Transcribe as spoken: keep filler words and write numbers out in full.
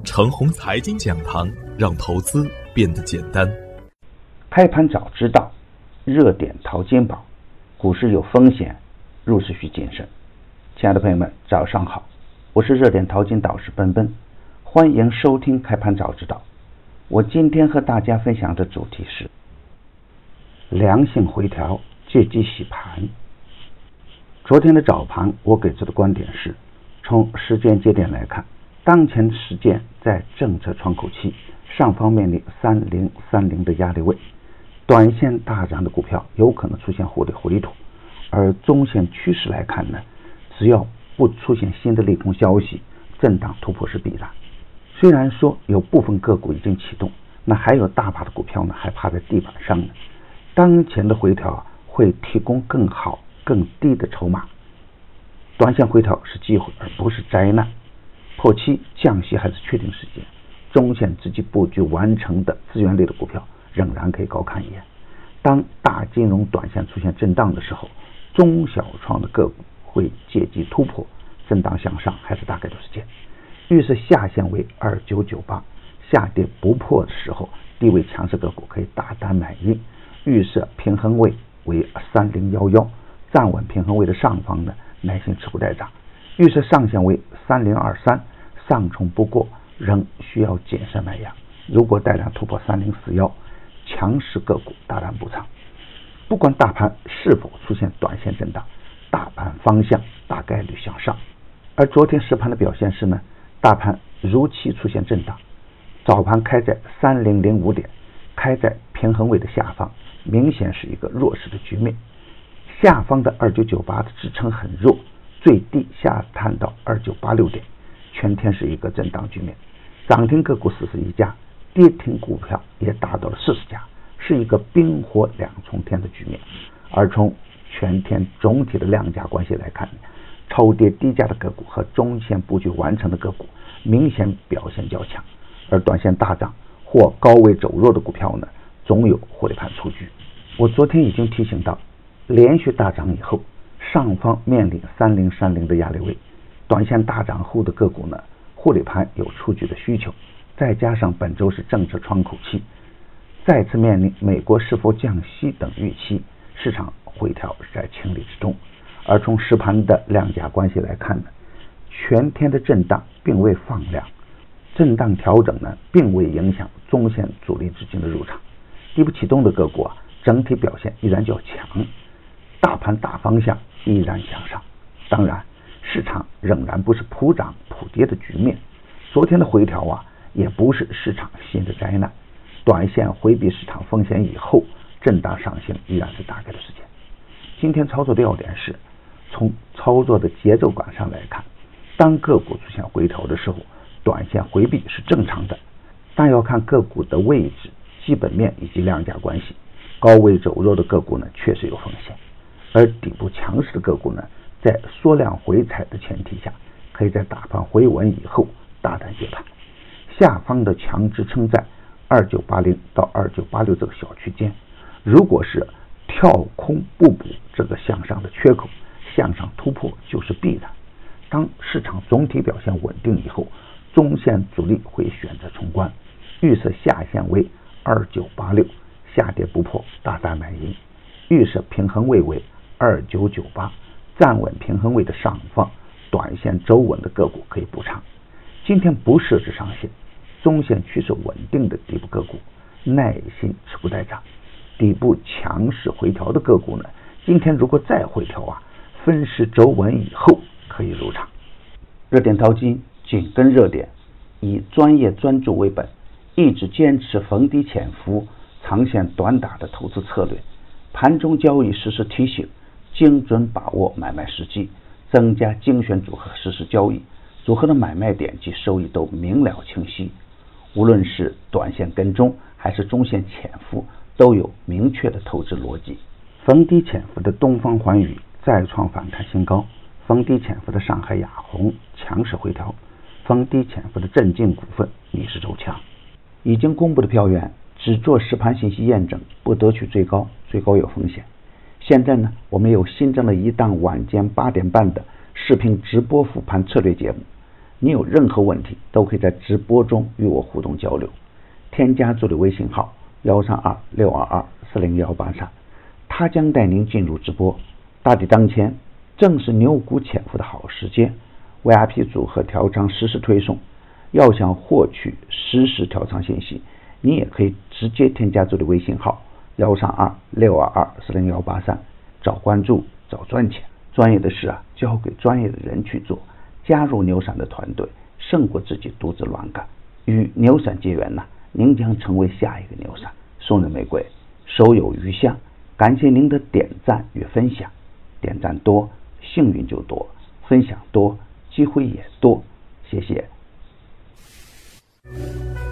程红财经讲堂，让投资变得简单。 开盘早知道，热点淘金宝，股市有风险，入市需谨慎。亲爱的朋友们，早上好，我是热点淘金导师奔奔，欢迎收听开盘早知道。我今天和大家分享的主题是良性回调，借机洗盘。昨天的早盘，我给出的观点是，从时间节点来看，当前时间在政策窗口期，上方面临三零三零的压力位，短线大涨的股票有可能出现获利回吐，而中线趋势来看呢，只要不出现新的利空消息，震荡突破是必然。虽然说有部分个股已经启动，那还有大把的股票呢还趴在地板上呢。当前的回调会提供更好更低的筹码，短线回调是机会而不是灾难。破期降息还是确定时间，中线自己布局完成的资源类的股票仍然可以高看一眼。当大金融短线出现震荡的时候，中小创的个股会借机突破，震荡向上还是大概率事件。预设下限为二九九八，下跌不破的时候，低位强势个股可以大胆买入。预设平衡位为三零一一，站稳平衡位的上方呢，耐心持股待涨。预设上限为三零二三，上冲不过，仍需要谨慎买压。如果带量突破三零四一，强势个股大胆补仓。不管大盘是否出现短线震荡，大盘方向大概率向上。而昨天实盘的表现是呢，大盘如期出现震荡，早盘开在三零零五点，开在平衡位的下方，明显是一个弱势的局面。下方的二九九八的支撑很弱，最低下探到二九八六点，全天是一个震荡局面。涨停个股四十一家，跌停股票也达到了四十家，是一个冰火两重天的局面。而从全天总体的量价关系来看，超跌低价的个股和中线布局完成的个股明显表现较强，而短线大涨或高位走弱的股票呢，总有获利盘出局。我昨天已经提醒到，连续大涨以后，上方面临三零三零的压力位，短线大涨后的个股呢，获利盘有出局的需求，再加上本周是政策窗口期，再次面临美国是否降息等预期，市场回调是在情理之中。而从实盘的量价关系来看呢，全天的震荡并未放量，震荡调整呢并未影响中线主力资金的入场，底部启动的个股啊，整体表现依然较强，大盘大方向依然向上。当然，市场仍然不是普涨普跌的局面，昨天的回调啊，也不是市场新的灾难。短线回避市场风险以后，震荡上行依然是大概的事件。今天操作的要点是，从操作的节奏感上来看，当个股出现回调的时候，短线回避是正常的，但要看个股的位置、基本面以及量价关系。高位走弱的个股呢，确实有风险，而底部强势的个股呢，在缩量回踩的前提下，可以在大盘回稳以后大胆接盘。下方的强支撑在二九八零到二九八六这个小区间，如果是跳空不补这个向上的缺口，向上突破就是必然。当市场总体表现稳定以后，中线主力会选择冲关，预设下限为二九八六，下跌不破大胆买入。预设平衡位为二九九八，站稳平衡位的上方，短线走稳的个股可以补仓。今天不设置上限，中线趋势稳定的底部个股耐心持股待涨。底部强势回调的个股呢，今天如果再回调啊，分时走稳以后可以入场。热点淘金紧跟热点，以专业专注为本，一直坚持逢低潜伏、长线短打的投资策略。盘中交易实时提醒，精准把握买卖时机，增加精选组合实时交易，组合的买卖点及收益都明了清晰。无论是短线跟踪还是中线潜伏，都有明确的投资逻辑。逢低潜伏的东方环宇再创反弹新高，逢低潜伏的上海雅虹强势回调，逢低潜伏的镇静股份逆势走强。已经公布的票源只做实盘信息验证，不得取最高，最高有风险。现在呢，我们有新增了一档晚间八点半的视频直播复盘策略节目， 你有任何问题都可以在直播中与我互动交流。添加助理微信号幺三二六二二四零幺八三，他将带您进入直播。大敌当前，正是牛股潜伏的好时间。V I P 组合调仓实时推送，要想获取实时调仓信息，你也可以直接添加助理微信号幺三二六二二四零幺八三，找关注，找赚钱。专业的事啊，交给专业的人去做。加入牛散的团队，胜过自己独自乱干。与牛散结缘呢，您将成为下一个牛散。送人玫瑰，手有余香。感谢您的点赞与分享，点赞多，幸运就多；分享多，机会也多。谢谢。